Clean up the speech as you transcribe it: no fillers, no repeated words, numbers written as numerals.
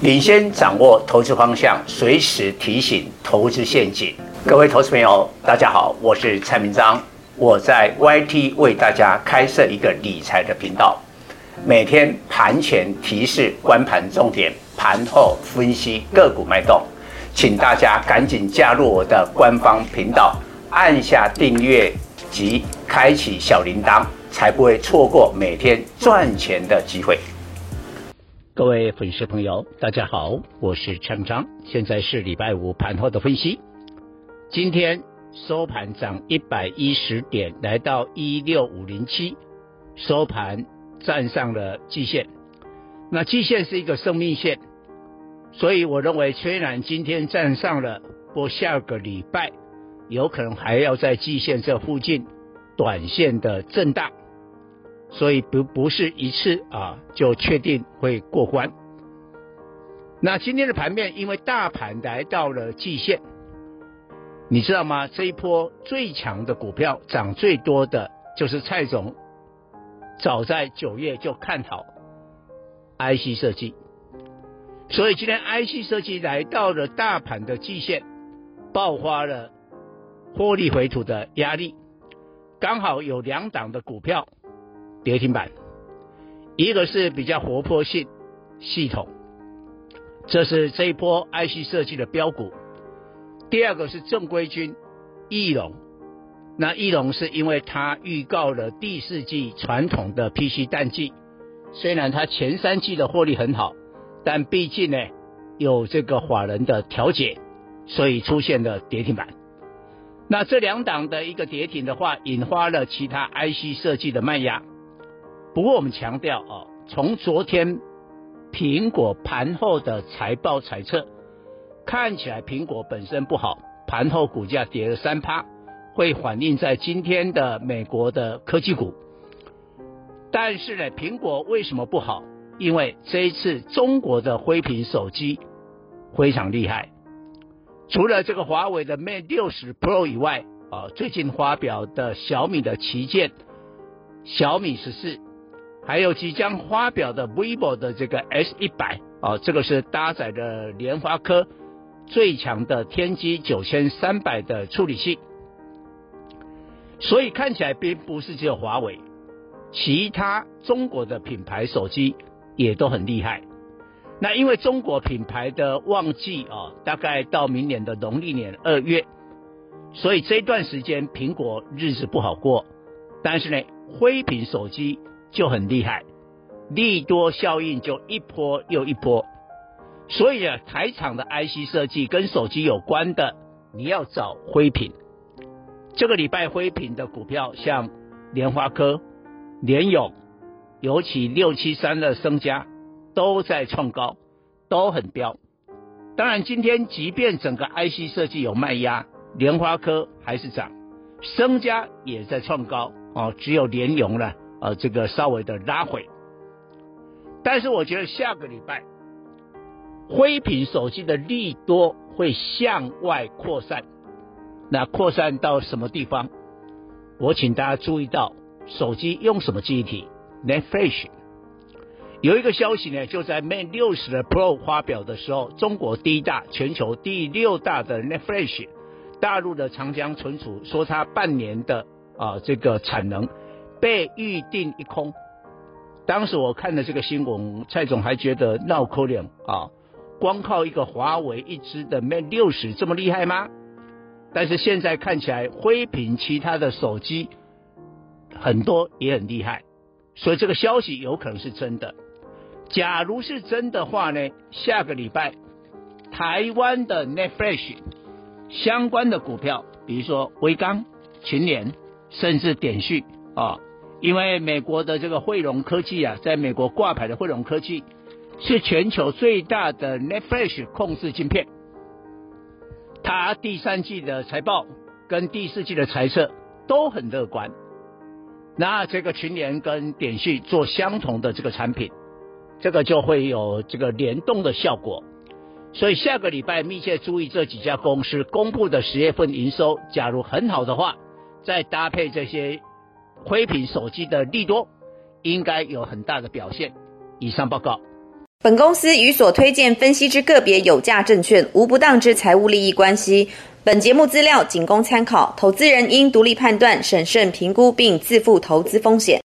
领先掌握投资方向，随时提醒投资陷阱。各位投资朋友，大家好，我是蔡明彰，我在 YT 为大家开设一个理财的频道，每天盘前提示观盘重点，盘后分析个股脉动，请大家赶紧加入我的官方频道，按下订阅及开启小铃铛，才不会错过每天赚钱的机会。各位粉丝朋友，大家好，我是蔡明彰，现在是礼拜五盘后的分析。今天收盘涨110点，来到16507，收盘站上了季线。那季线是一个生命线，所以我认为虽然今天站上了，不过下个礼拜有可能还要在季线这附近短线的震荡，所以不是一次就确定会过关。那今天的盘面，因为大盘来到了季线，你知道吗？这一波最强的股票涨最多的就是蔡总早在9月就看好 IC 设计，所以今天 IC 设计来到了大盘的季线，爆发了获利回吐的压力，刚好有两档的股票跌停板，一个是比较活泼性系统，这是这一波 IC 设计的标股。第二个是正规军翼龙，那翼龙是因为它预告了第四季传统的 PC 淡季，虽然它前3季的获利很好，但毕竟呢有这个法人的调节，所以出现了跌停板。那这两档的一个跌停的话，引发了其他 IC 设计的卖压。不过我们强调从昨天苹果盘后的财报财测，看起来苹果本身不好，盘后股价跌了 3%， 会反映在今天的美国的科技股。但是呢，苹果为什么不好？因为这一次中国的灰屏手机非常厉害，除了这个华为的 Mate 60 Pro 以外最近发表的小米的旗舰小米14，还有即将发表的 vivo 的这个 S100 这个是搭载了联发科最强的天玑9300的处理器，所以看起来并不是只有华为，其他中国的品牌手机也都很厉害。那因为中国品牌的旺季大概到明年的农历年2月，所以这段时间苹果日子不好过，但是呢灰屏手机就很厉害，利多效应就一波又一波。所以台厂的 IC 设计跟手机有关的，你要找灰屏。这个礼拜灰屏的股票像联发科、联咏，尤其673的升嘉都在创高，都很飙。当然今天即便整个 IC 设计有卖压，联发科还是涨，升嘉也在创高只有联咏呢这个稍微的拉回。但是我觉得下个礼拜灰屏手机的利多会向外扩散，那扩散到什么地方？我请大家注意到手机用什么记忆体？ Netflix。 有一个消息呢，就在 Mate 60的 Pro 发表的时候，中国第一大全球第6大的 Netflix 大陆的长江存储说它半年的这个产能被预定一空。当时我看了这个新闻，蔡总还觉得闹可怜光靠一个华为一支的 Mate 60这么厉害吗？但是现在看起来灰屏其他的手机很多也很厉害，所以这个消息有可能是真的。假如是真的话呢，下个礼拜台湾的 Netflix 相关的股票，比如说威刚、群联甚至点讯因为美国的这个汇荣科技在美国挂牌的汇荣科技是全球最大的 Netflix 控制晶片，它第3季的财报跟第4季的财测都很乐观。那这个群联跟点讯做相同的这个产品，这个就会有这个联动的效果。所以下个礼拜密切注意这几家公司公布的10月份营收，假如很好的话，再搭配这些灰屏手机的利多，应该有很大的表现。以上报告。 本公司与所推荐分析之个别有价证券无不当之财务利益关系。本节目资料仅供参考，投资人应独立判断、审慎评估并自负投资风险。